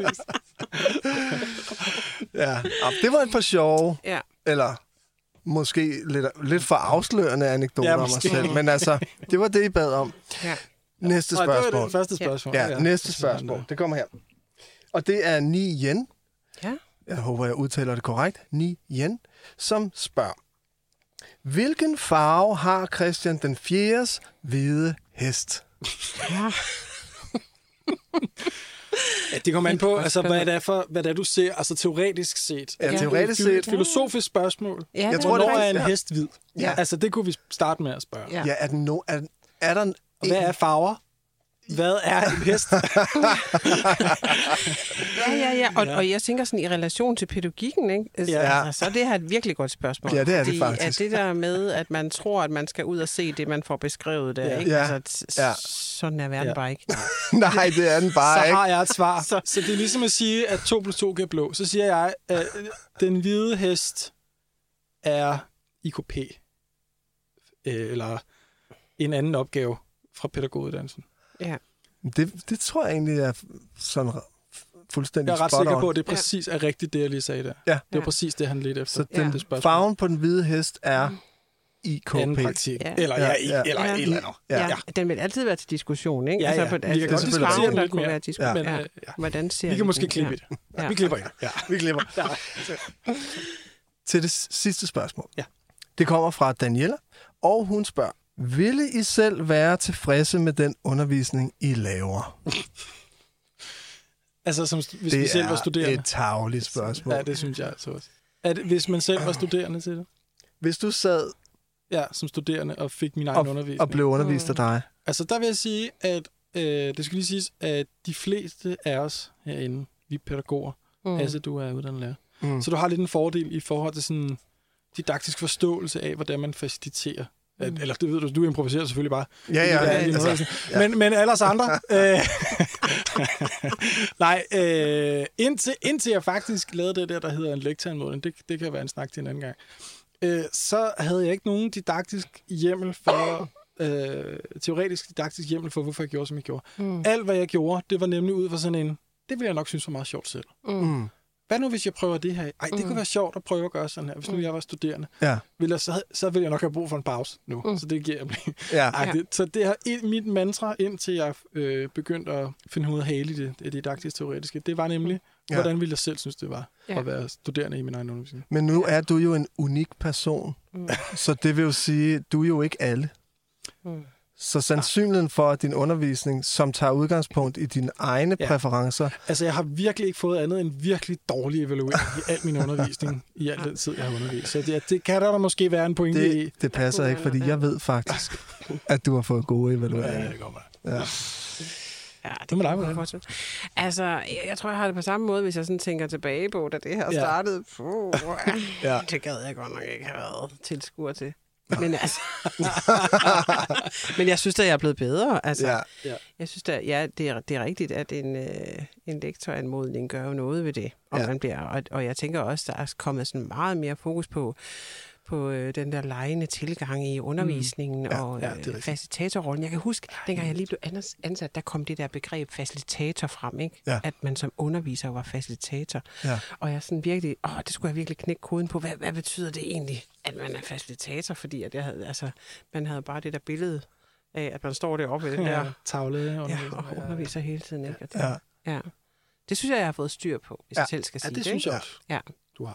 Ja. Ja. Det var et par sjove, Ja. eller måske lidt, lidt for afslørende anekdoter Ja, om mig måske. selv. Men altså, det var det, I bad om. Ja. Næste Nej, det var spørgsmål. det første spørgsmål. Ja, ja, næste spørgsmål. Det kommer her. Og det er Ni Yen. Ja. Jeg håber, jeg udtaler det korrekt. Ni Yen, som spørger. Hvilken farve har Christian den fjerdes hvide hest? Ja. Ja, det kommer an på, godt altså, hvad spørgsmål. det er for, hvad det er, du ser, altså teoretisk set. Ja, Ja. teoretisk Et set. filosofisk spørgsmål. Ja, Jeg det tror, er det Hvornår er er en ja. hest hvid? Ja. Altså, det kunne vi starte med at spørge. Ja. Ja, er, den no, er, er der en... Og hvad er farver? Hvad er en hest? Ja, ja, ja. Og, og jeg tænker sådan i relation til pædagogikken, ikke? Altså, Ja. altså, så er det her et virkelig godt spørgsmål. Ja, det er det Fordi faktisk. At det der med, at man tror, at man skal ud og se det, man får beskrevet der, Ja. ikke? Ja. Altså, t- Ja. sådan er verden Ja. bare ikke. Nej, det er den bare Så ikke. har jeg et svar. Så, så det er ligesom at sige, at to plus to giver blå. Så siger jeg, at den hvide hest er I K P. Øh, Eller en anden opgave fra pædagoguddannelsen. Ja. Det, det tror jeg egentlig er sådan fuldstændig Jeg er ret spot sikker on. på, at det præcis er rigtigt, det jeg lige sagde der. Ja. Det var Ja. præcis det, han ledte efter. Så Ja. den Det spørgsmål. farven på den hvide hest er I K Anden P. praktik. Ja. Eller, ja, Ja, I, ja. eller Ja. et eller andet. Ja. Ja. ja. Den vil altid være til diskussion, ikke? Ja, ja. Altså, på, Vi kan altså, godt det diskutere farven, det der lidt kunne mere. være diskussion. Men, Ja. øh, ja. Hvordan ser Vi kan måske den? klippe i det. Ja. Vi klipper i det. Ja. Vi klipper. Ja. Til det sidste spørgsmål. Ja. Det kommer fra Daniela, og hun spørger, ville I selv være tilfredse med den undervisning, I laver? Altså, som, hvis det vi selv er var studerende. et tarveligt spørgsmål. Ja, det synes jeg altså også. At, hvis man selv var studerende til det. Hvis du sad Ja, som studerende og fik min egen undervisning. og blev undervist af dig. Altså, der vil jeg sige, at øh, det skal lige siges, at de fleste af os herinde, vi er pædagoger, mm. altså du er uddannet lærer, mm. så du har lidt en fordel i forhold til sådan didaktisk forståelse af, hvordan man faciliterer. Mm. Eller det ved du, du improviserer selvfølgelig bare. Ja, ja. Det er ja, din altså, undervisning. Men, men ellers andre... øh, nej, øh, indtil, indtil jeg faktisk lavede det der, der hedder en lektoranmodning, det, det kan være en snak til en anden gang, øh, så havde jeg ikke nogen didaktisk hjemmel for... Øh, teoretisk didaktisk hjemmel for, hvorfor jeg gjorde, som jeg gjorde. Mm. Alt, hvad jeg gjorde, det var nemlig ud fra sådan en... Det ville jeg nok synes var meget sjovt selv. Mm. Hvad nu, hvis jeg prøver det her? Ej, det Mm. kunne være sjovt at prøve at gøre sådan her. Hvis nu jeg var studerende, Ja. ville jeg, så, så ville jeg nok have brug for en pause nu. Mm. Så det giver jeg mig. Ja. Ej, det, så det har et, mit mantra, indtil jeg øh, begyndte at finde ud af hale i det, det didaktisk teoretiske, det var nemlig, Ja. hvordan ville jeg selv synes, det var Ja. at være studerende i min egen undervisning. Men nu er du jo en unik person, Mm. så det vil jo sige, du er jo ikke alle. Mm. Så sandsynligheden for, at din undervisning, som tager udgangspunkt i dine egne Ja. præferencer, Altså, jeg har virkelig ikke fået andet end virkelig dårlig evaluering i al min undervisning, i al den tid, jeg har undervist. Så det, det kan der, der måske være en pointe i. det, det passer ikke, fordi jeg ved faktisk, at du har fået gode evalueringer. Ja, det går mig. Ja. Ja, Det må dig, kan hvordan? jeg forestille. Altså, jeg, jeg tror, jeg har det på samme måde, hvis jeg sådan tænker tilbage på, da det her Ja. startede. Puh, Ja. det gad jeg godt nok ikke have været tilskuer til. Men altså... Men jeg synes, at jeg er blevet bedre. Altså, Ja. Ja. jeg synes, at ja, det, er, det er rigtigt, at en, øh, en lektoranmodning gør jo noget ved det. Og, Ja. man bliver, og, og jeg tænker også, der er kommet sådan meget mere fokus på, på øh, den der legende tilgang i undervisningen Ja, og ja, øh, det er rigtigt. facilitatorrollen. Jeg kan huske, dengang jeg lige blev anders- ansat, der kom det der begreb facilitator frem, ikke? Ja. At man som underviser var facilitator. Ja. Og jeg sådan virkelig, åh, det skulle jeg virkelig knække koden på. Hvad, hvad betyder det egentlig, at man er facilitator? Fordi at jeg havde, altså, man havde bare det der billede af, at man står deroppe i den der Ja, tavle ja, undervisning. og underviser hele tiden. Ikke? Og det, Ja. ja. Det synes jeg, jeg har fået styr på, hvis Ja. jeg selv skal Ja, sige det det. synes jeg ikke? også, Ja. du har.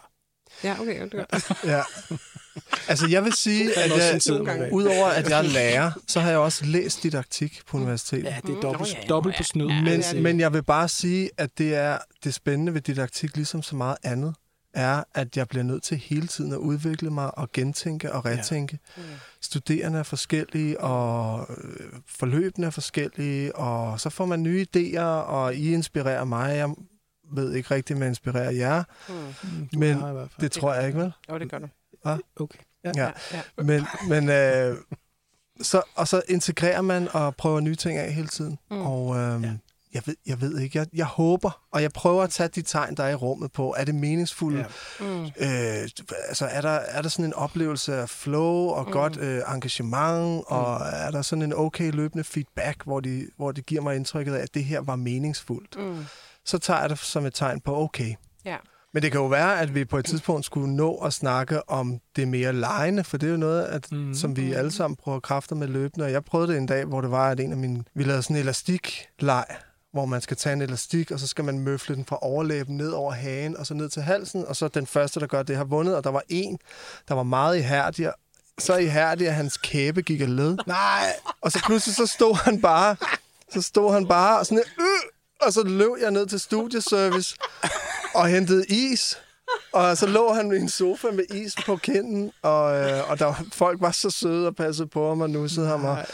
Ja, okay. Det er godt. Ja. Altså, jeg vil sige, at jeg, udover at jeg er lærer, så har jeg også læst didaktik på universitetet. Ja, det er dobbelt, mm. dobbelt på snyd. Ja, men, men jeg vil bare sige, at det er det spændende ved didaktik, ligesom så meget andet, er, at jeg bliver nødt til hele tiden at udvikle mig og gentænke og retænke. Ja. Mm. Studerende er forskellige, og forløbene er forskellige, og så får man nye idéer, og I inspirerer mig. Jeg ved ikke rigtigt, om jeg inspirerer jer, mm. men det tror jeg ikke, vel? Jo, det gør du. Ja? Okay. Ja. Ja. Ja. Men, men øh, så, og så integrerer man og prøver nye ting af hele tiden. Mm. Og øh, ja. jeg, ved, jeg ved ikke, jeg, jeg håber, og jeg prøver at tage de tegn, der er i rummet på. Er det meningsfuldt? Ja. Mm. Øh, altså, er der, er der sådan en oplevelse af flow og mm. godt øh, engagement, mm. og er der sådan en okay løbende feedback, hvor de, hvor de giver mig indtrykket af, at det her var meningsfuldt? Mm. Så tager jeg det som et tegn på okay. Ja. Men det kan jo være, at vi på et tidspunkt skulle nå at snakke om det mere legende, for det er jo noget, at, mm. som vi alle sammen prøver kræfter med løbende. Og jeg prøvede det en dag, hvor det var, at en af mine... Vi lavede sådan en elastikleg, hvor man skal tage en elastik, og så skal man møfle den fra overlæben ned over hagen, og så ned til halsen, og så den første, der gør det, har vundet. Og der var en, der var meget ihærdig, så ihærdig, at hans kæbe gik af led. Nej! Og så pludselig så stod han bare... Så stod han bare og sådan... Øh, og så løb jeg ned til studieservice og hentede is. Og så lå han i en sofa med is på kinden, og, øh, og der var, folk var så søde og passede på ham og nussede ham. Og,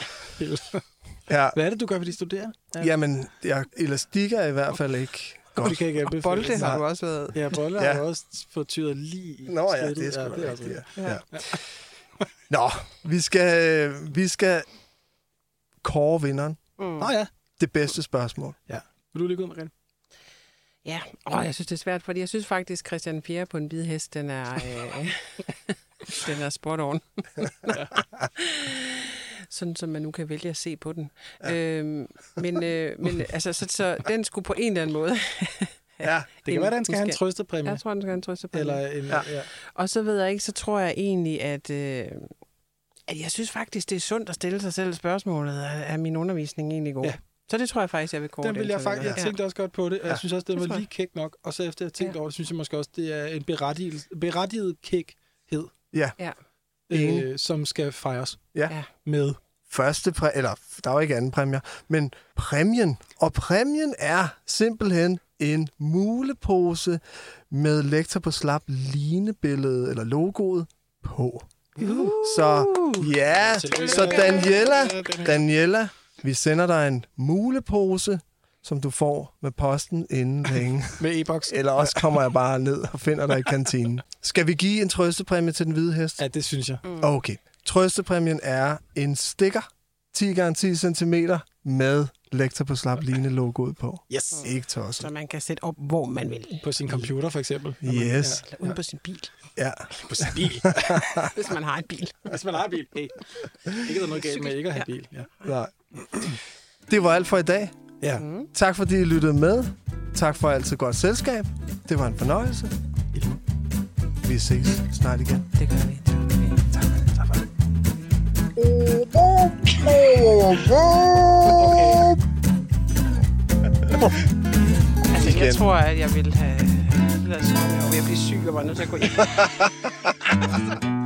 ja. Hvad er det, du gør ved de studerende? Ja. Jamen, jeg, elastik er i hvert fald ikke godt. Det kan ikke og bolde har du også været. Ja, bolde ja. har du også fået tyret lige i. Nå ja, det er sgu ja, det er rigtigt. Ja. Ja. Ja. Nå, vi skal, vi skal kåre vinderen. Mm. Nå ja. Det bedste spørgsmål. Ja. Vil du lige gå ud, Marianne? Ja, Åh, jeg synes, det er svært, fordi jeg synes faktisk, Christian fjerde på en hvid hest, den er, øh, den er spot on. Sådan, som man nu kan vælge at se på den. Ja. Øhm, men øh, men altså, så, så den skulle på en eller anden måde... Ja, det kan en, være, at den skal have en trøstepræmie. Jeg tror, den skal have en trøstepræmie. Eller en, ja. Ja. Og så ved jeg ikke, så tror jeg egentlig, at... Øh, at jeg synes faktisk, det er sundt at stille sig selv spørgsmålet, er min undervisning egentlig god? Ja. Så det tror jeg faktisk, jeg vil kåre. Den vil jeg faktisk, jeg ja. tænkte også godt på det, og ja. jeg synes også, det var lige kæk nok. Og så efter jeg tænkte ja. over det, synes jeg måske også, det er en berettiget, berettiget kækhed, ja. øh, som skal fejres ja. med. Første præmie, eller der er jo ikke anden præmier, men præmien, og præmien er simpelthen en mulepose med lektor på slap linebilledet, eller logoet på. Uh. Så ja, så Daniela, Daniela, vi sender dig en mulepose, som du får med posten inden længe. Med e-boks. Eller også kommer jeg bare ned og finder dig i kantinen. Skal vi give en trøstepræmie til den hvide hest? Ja, det synes jeg. Mm. Okay. Trøstepræmien er en sticker, ti gange ti centimeter, med lektor på slap line logoet på. Yes. Ikke tosset. Så man kan sætte op, hvor man vil. På sin computer, for eksempel. Yes. Man, ja. Eller ude på sin bil. Ja. På sin bil. Hvis man har en bil. Hvis man har en bil. Hey. Ikke der noget galt med ikke at have ja. bil. Ja. Nej. Det var alt for i dag. Ja. Mm. Tak fordi I lyttede med. Tak for altid godt selskab. Det var en fornøjelse. Vi ses snart igen. Det gør vi. Tak for det. Tak for det. Okay. Altså, jeg tror, at jeg vil have... Jeg er ved at blive syg og var nødt til at gå hjem.